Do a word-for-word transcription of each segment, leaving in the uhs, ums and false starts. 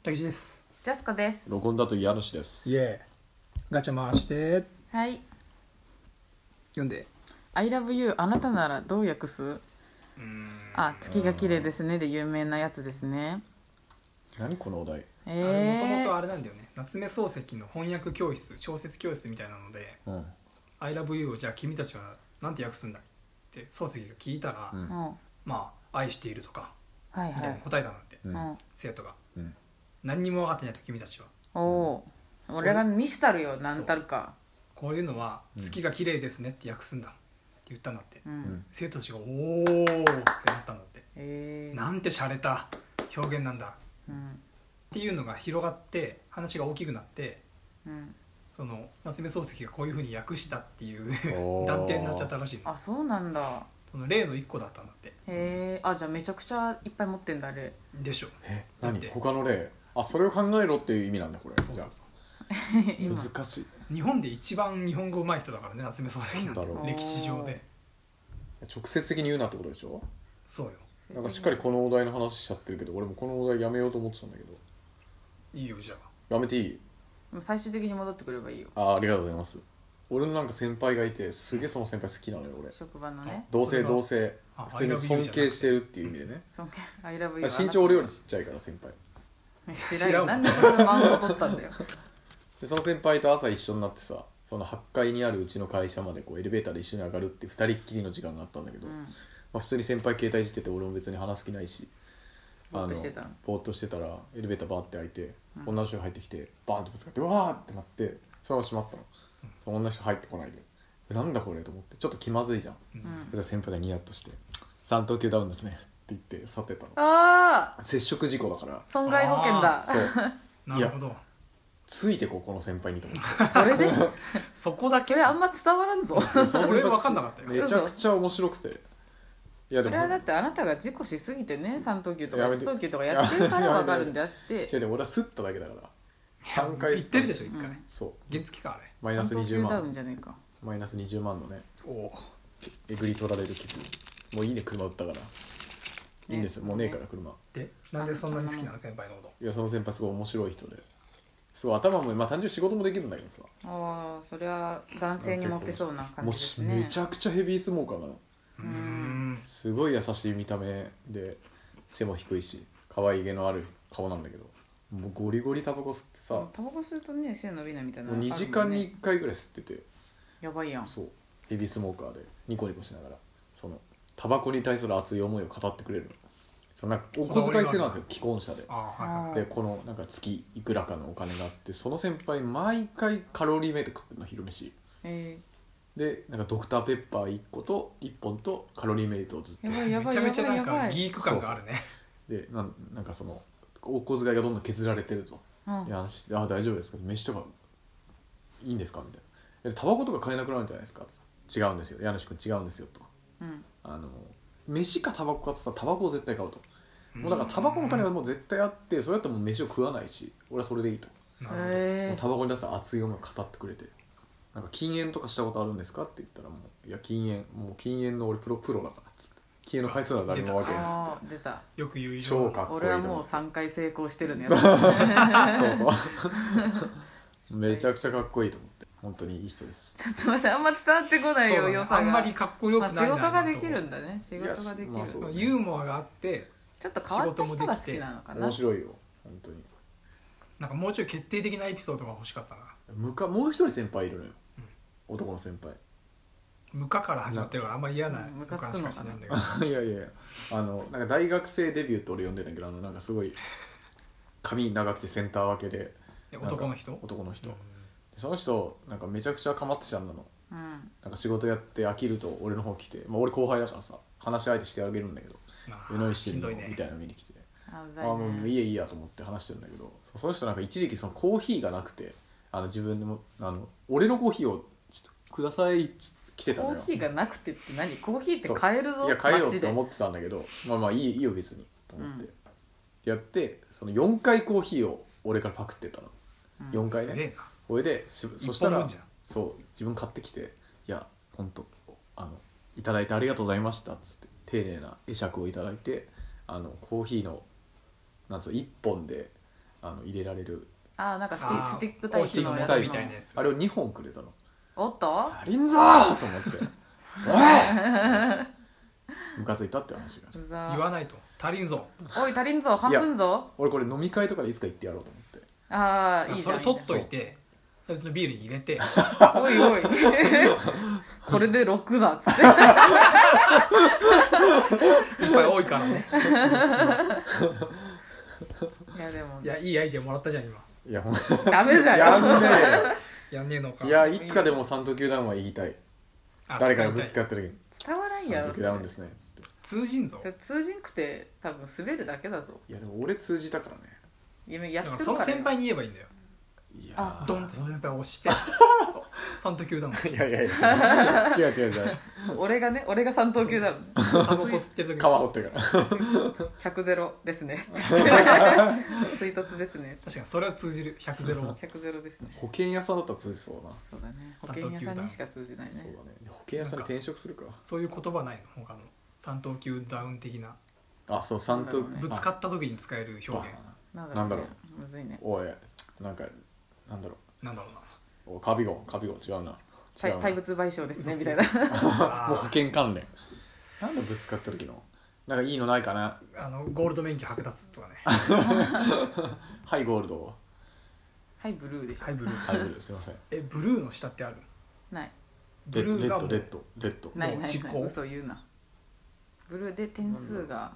たけしです。 ジャスコです。 録音だと家主です。 イエーガチャ回してはい。 読んで。 I love you あなたならどう訳す？ うーんあ、月が綺麗ですねで有名なやつですね。 何このお題。 えもともとー、 あれなんだよね、夏目漱石の翻訳教室、小説教室みたいなので、 うん I love you をじゃあ君たちはなんて訳すんだって漱石が聞いたら、 うんうん、はまあ愛しているとかいはみたいない答えたんだって、 ううんん、 生徒がうん何にも分かってないと君たちはおおー、俺が見したるよなんたるか。 こういうのは月が綺麗ですねって訳すんだって言ったんだって、 ううんん生徒たちがおーってなったんだって、 えー、 なんて洒落た表現なんだうんっていうのが広がって話が大きくなって、 うんその夏目漱石がこういうふうに訳したっていうおー断定になっちゃったらしいの。 あ、そうなんだ。 その例の一個だったんだって。 へえー、あ、じゃあめちゃくちゃいっぱい持ってんだあれ。 でしょ。 えだって何他の例。あ、それを考えろっていう意味なんだこれ。 そうそうそ今じゃあ難しい。 う。日本で一番日本語上手い人だからね、夏目漱石なんてなんだろう歴史上で。 直接的に言うなってことでしょ。 そうよ。 なんかしっかりこのお題の話しちゃってるけど、俺もこのお題やめようと思ってたんだけど。 いいよじゃあ。 やめていい？ もう最終的に戻ってくればいいよ。 あ、ありがとうございます。俺のなんか先輩がいて、すげえその先輩好きなのよ俺。 職場のね。 同性それは同性あ普通に尊敬してるっていう意味でね。 尊敬 I love you 身長俺よりちっちゃいから先輩。 知らんよ。なんでそのマウント取ったんだよ。 でその先輩と朝一緒になってさ、そのはちかいにあるうちの会社までこうエレベーターで一緒に上がるってふたりっきりの時間があったんだけど、 うん、 まあ、普通に先輩携帯いじってて俺も別に話す気ないし、 ぼーっとしてたの。 ぼーっとしてたらエレベーターバーって開いて、 うん女の人が入ってきてバーンってぶつかってうわーってなってそのまま閉まったの、 うんその女の人入ってこないでなんだこれと思ってちょっと気まずいじゃん、 うんうんそしたら先輩がニヤッとしてさん等級ダウンですねって言って去ってったの。 ああ、 接触事故だから損害保険だ。 そうなるほど。 ついてここの先輩にと思ってそれでそこだけそれあんま伝わらんぞ。 その先輩俺分かんなかったよ。 めちゃくちゃ面白くて、いやそれはだってあなたが事故しすぎてね、三等級とかやめて一等級とかやってるから分かるんであって違う違う俺はスッただけだからさんかい言ってるでしょ一回、 うんそう原付かあれ。 マイナス三等にじゅう級ダウン万じゃねえか。 マイナスにじゅうまんのねおお。 えぐり取られる傷。もういいね車売ったから、いいんですよもうねえから車。 で、なんでそんなに好きなの先輩のこいやその先輩すごい面白い人ですごい頭もまあ単純に仕事もできるんだけどさ、 ああ、それは男性にモテそうな感もうじですね。 めちゃくちゃヘビースモーカーなの。 と。うーん。 すごい優しい見た目で背も低いし可愛げのある顔なんだけど、もうゴリゴリタバコ吸ってさ、 タバコ吸うとね背伸びないみたいなもうのあるもんね。 にじかんにいっかいぐらい吸ってて、 やばいやん。 そうヘビースモーカーでニコニコしながらそのタバコに対する熱い思いを語ってくれるの。そのなんかお小遣い制なんですよ既婚者で。 ああ、はいはい。 でこのなんか月いくらかのお金があって、その先輩毎回カロリーメイト食ってるの昼飯えで、なんかドクターペッパーいっこといっぽんとカロリーメイトをずっとー、やばいやばいやめちゃめちゃなんばいやばい。 かギーク感があるね。 でなんなんかそのお小遣いがどんどん削られてるとうんいや話して「あ大丈夫ですか飯とかいいんですか?」みたいな「タバコとか買えなくなるんじゃないですか?」違うんですよ家主君違うんですよと、 うんあの飯かタバコかって言ったらタバコを絶対買うと、 うんもうだからタバコの金はもう絶対あって、それだったらもう飯を食わないし俺はそれでいいと、 なるほど。 えー、 タバコに出した熱い思いを語ってくれて、なんか禁煙とかしたことあるんですかって言ったらもういや禁煙もう禁煙の俺プロプロだからっつって禁煙の回数は誰もわけないっつっあー出た。 よく言う以て上超かっこいい俺はもうと思ってさんかい成功してるね。 そうそうめちゃくちゃかっこいいと思って本当にいい人です。 ちょっと待って、あんま伝わってこないよ、 そうだね良さが。 あんまりかっこよくまあ、 ないな仕事ができと思うるんだね。仕事ができる。 いやまあそうだねユーモアがあって、 ちょっと変わった人が好きなのかな。 面白いよ本当に。 なんかもうちょい決定的なエピソードが欲しかったな。 むかもう一人先輩いるのよ、男の先輩無科から始まってるからあんま嫌なうんム予感しカつくのかなかしないんだけど。 いやいやいやあのなんか大学生デビューって俺呼んでんだけど、あのなんかすごい髪長くてセンター分けでえ男の人なんか男の人、 うんその人なんかめちゃくちゃかまってちゃんなの。 うん。 なんか仕事やって飽きると俺の方来て、まあ、俺後輩だからさ話し相手してあげるんだけどあ 「え何してんの?」 しんどいねみたいなの見に来てあ、う 「 ざいああもうね。 いいやいいや」と思って話してるんだけど、そその人なんか一時期そのコーヒーがなくて、あの自分でもあの俺のコーヒーをちょっとくださいっつって来てたのよ。 コーヒーがなくてって何？コーヒーって買えるぞ。 いや買えようっ街でて思ってたんだけど、まあまあいいいいよ別にと思って、 うんやってそのよんかいコーヒーを俺からパクってったの、 うんよんかいね。 すげえな。 それでしそしたら一本分じゃんそう自分買ってきて「いやほんとあのいただいてありがとうございました」っつって丁寧な会釈をいただいて、あのコーヒーのなんつうのいっぽんでああの入れられるあーなんかステあースティックタイプのやつコーヒーの素みたいなやつあれをにほんくれたの。 おっと足りんぞーと思っておいムカついたって話がある。 うざ言わないと足りんぞ。 おい足りんぞ半分ぞ俺これ飲み会とかでいつか行ってやろうと思って。 ああいいじゃんそれ取っといてそいつのビールに入れていいじゃんおいおいこれでろくだっつっていっぱい多いからね。 いやでもいやいいアイデアもらったじゃん今。 いやほんダメだやんよねやんねえのか。 えよ。いやいつかでも三等級ダウンは言いたい。 あ誰かにぶ使いたいつかった時に伝わらんやろ三等級ダウンですねつって。 通じんぞそ。れ通じんくて多分滑るだけだぞいやでも俺通じたからね。 夢やだってるからよからその先輩に言えばいいんだよ。 いやあドンってその先輩を押して三等級だもん。 いやいやいや違う違う違う俺がね俺が三等級だもんタバコ吸ってる時皮掘ってからひゃくゼロですね追突ですね確かにそれは通じる。ひゃくゼロもひゃくゼロですね保険屋さんだったら通じそうだな。 そうだね保険屋さんにしか通じないねそうだね。保険屋さんに転職するか。 そういう言葉ないの他の三等級ダウン的なあそう三等なんだろうねぶつかった時に使えるあ表現。 なんなんだろうむずいねおいなんかなんだろなんだろうな。 うおカビゴンカビゴン違うな違うな対対物賠償ですねみたいなあもう保険関連なんだぶつかった時のなんかいいのないかな。 あのゴールド免許剥奪とかね。 ハイゴールドはいブルーでしょハイブルー。 ハイゴールドすいません。 えブルーの下ってある？ ないブルーがもうレッドレッドレッドないない執行ない嘘言うなブルーで点数が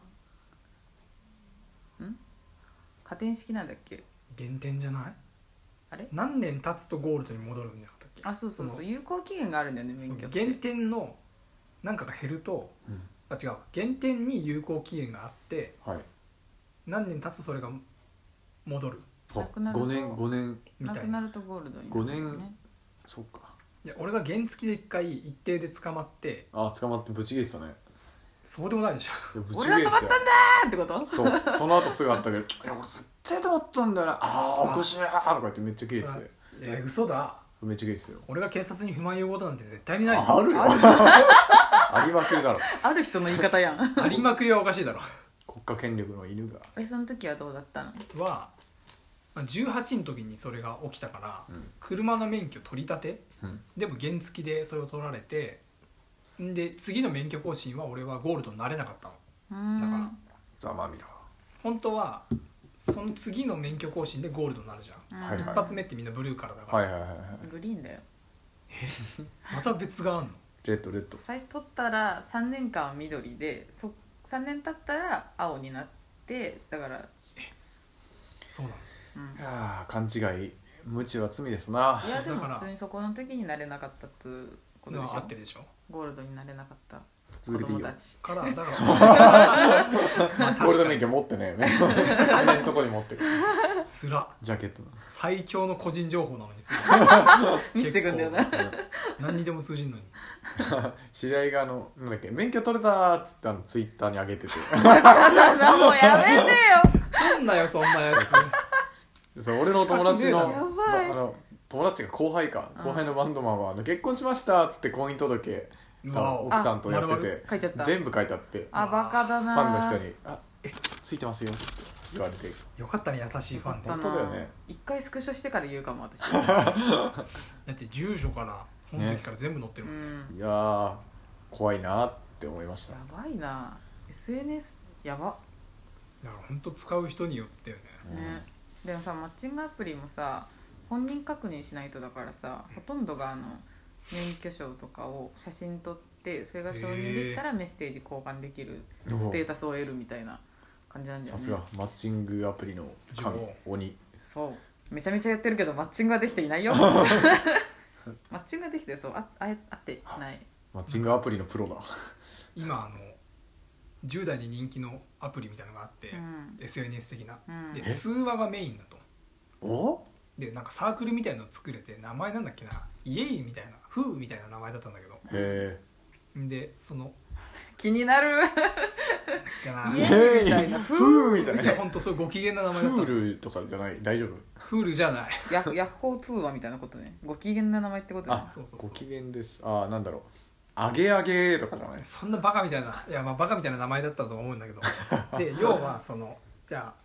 ん加点式なんだっけ減点じゃない？ あれ何年経つとゴールドに戻るんじゃなかったっけ？ あそうそうそそうの有効期限があるんだよねそう免許って減点のなんかが減ると、 うんあ違う減点に有効期限があってはい何年経つとそれが戻るなくなるとごねんごねんみたいな。 なくなるとゴールドになるごねねんそっかいや俺が原付で一回一定で捕まってあ捕まってブチギレてたね。 そうでもないでしょ。 いやブチ俺は止まったんだーってことそうその後すぐあったけどいや俺絶対止まったんだよなあーおかしいなーとか言ってめっちゃキレてていや嘘だ。 めっちゃキレてたよ。 俺が警察に不満言うことなんて絶対にないよ。 ああるよありまくりだろある人の言い方やんありまくりはおかしいだろ。 国家権力の犬が。 えその時はどうだったのはまあじゅうはちの時にそれが起きたから、 うん車の免許取り立てうんでも原付でそれを取られてんで次の免許更新は俺はゴールドになれなかったの。 うーんだからざまみろ。 本当はその次の免許更新でゴールドになるじゃん、 うんはいはい一発目ってみんなブルーからだから、 はいはいはいはいグリーンだよまた別があんの。 レッドレッド最初取ったらさんねんかんは緑でそさんねん経ったら青になってだからそうなの。 うんあー勘違い無知は罪ですな。 いやでもだから普通にそこの時になれなかったっつうことでしょのは合ってるでしょ。 ゴールドになれなかった子続けていいよ供たちからだからまあゴールド確かに免許持ってね胸のとこに持ってるつらジャケットの最強の個人情報なのにそれ見せてくんだよな何にでも通じんのに。 知り合いがあのなんだっけ免許取れたーっつってあのツイッターに上げててもうやめてよなんだよそんなやつ。 そう俺の友達のやばいまあの友達が後輩か後輩のバンドマンはあの結婚しましたっつって婚姻届うわ奥さんとやって丸々 て書いちゃった全部書いてあってあバカだフなァンの人に「あえついてますよ」って言われてよかったね優しいファンで。 だ本当だよね一回スクショしてから言うかも私だって住所から本籍から全部載ってるうもん、 んいやー怖いなって思いましたやばいな エスエヌエス やばだから本当使う人によってよね。 ね、でもさマッチングアプリもさ本人確認しないとだからさほとんどがあの免許証とかを写真撮ってそれが承認できたらメッセージ交換できるおステータスを得るみたいな感じなんだよねさすがマッチングアプリの神女王鬼そうめちゃめちゃやってるけどマッチングはできていないよマッチングはできてるそうああえあってないマッチングアプリのプロだ今あのじゅう代に人気のアプリみたいなのがあって、 うんエスエヌエス 的な、 うんでえ通話がメインだと。 おでなんかサークルみたいのを作れて名前なんだっけなイエイみたいなフーみたいな名前だったんだけどへでその気になるかなイエえイみたいなフーみたいないやほんとそうご機嫌な名前だったフールとかじゃない大丈夫フールじゃないヤヤッホー通話みたいなことねご機嫌な名前ってことねあそうそうそうご機嫌ですあなんだろうあげあげとかじゃないそんなバカみたいないやまあバカみたいな名前だったと思うんだけどで要はそのじゃあ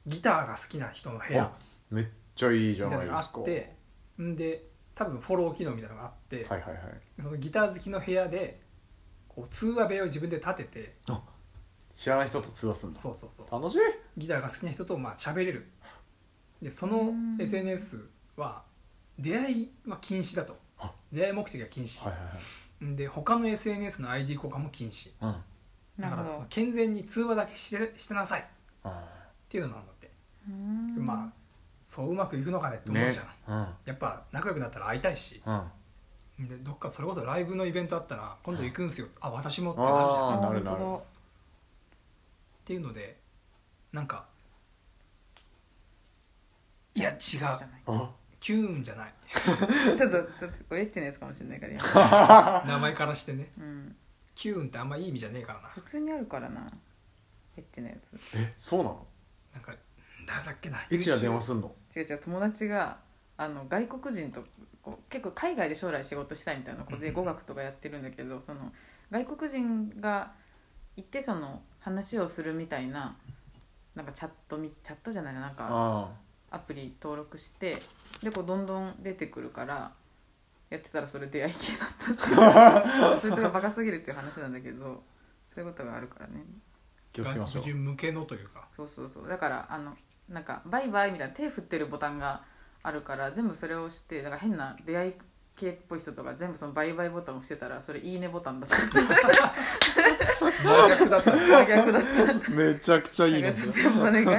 ギターが好きな人の部屋あめっちゃいいじゃみたいなのがないですか。 あってんで多分フォロー機能みたいなのがあって、 はいはいはい。 そのギター好きの部屋でこう通話部屋を自分で立てて、 あ知らない人と通話するんだ。 そうそうそう楽しい。 ギターが好きな人とまあ喋れる。でその エスエヌエス は出会いは禁止だと。出会い目的は禁止、 はいはいはい。 で他の エスエヌエス の アイディー 交換も禁止うん。 だからそのなるほど。 健全に通話だけしてしてなさいっあていうのなんだって、 うーんまあそううまくいくのかねって思うねじゃん、 うんやっぱ仲良くなったら会いたいし、 うん。 でどっかそれこそライブのイベントあったら今度行くんすよ、あ私もってなるじゃんっあーなるなる本当ていうのでなんかいや違うだじゃないあキューンじゃないちょっとちょっとこれエッチなやつかもしれないからやめて名前からしてねうんキューンってあんまいい意味じゃねえからな普通にあるからなエッチなやつ。 えそうなの。 なんかなんだっけなエッチな電話すんの。 違う違う友達があの外国人とこう結構海外で将来仕事したいみたいな子でうん語学とかやってるんだけど、その外国人がいてその話をするみたいななんかチャットみチャットじゃないななんかあアプリ登録してでこうどんどん出てくるからやってたらそれ出会い系だったってそいつがバカすぎるっていう話なんだけどそういうことがあるからね。 気をつけましょう外国。人向けのというかそうそうそうだからあのなんかバイバイみたいな手振ってるボタンがあるから全部それを押してだから変な出会い系っぽい人とか全部そのバイバイボタンを押してたらそれいいねボタンだった真逆だった真逆だっためちゃくちゃいいねなんか全部ね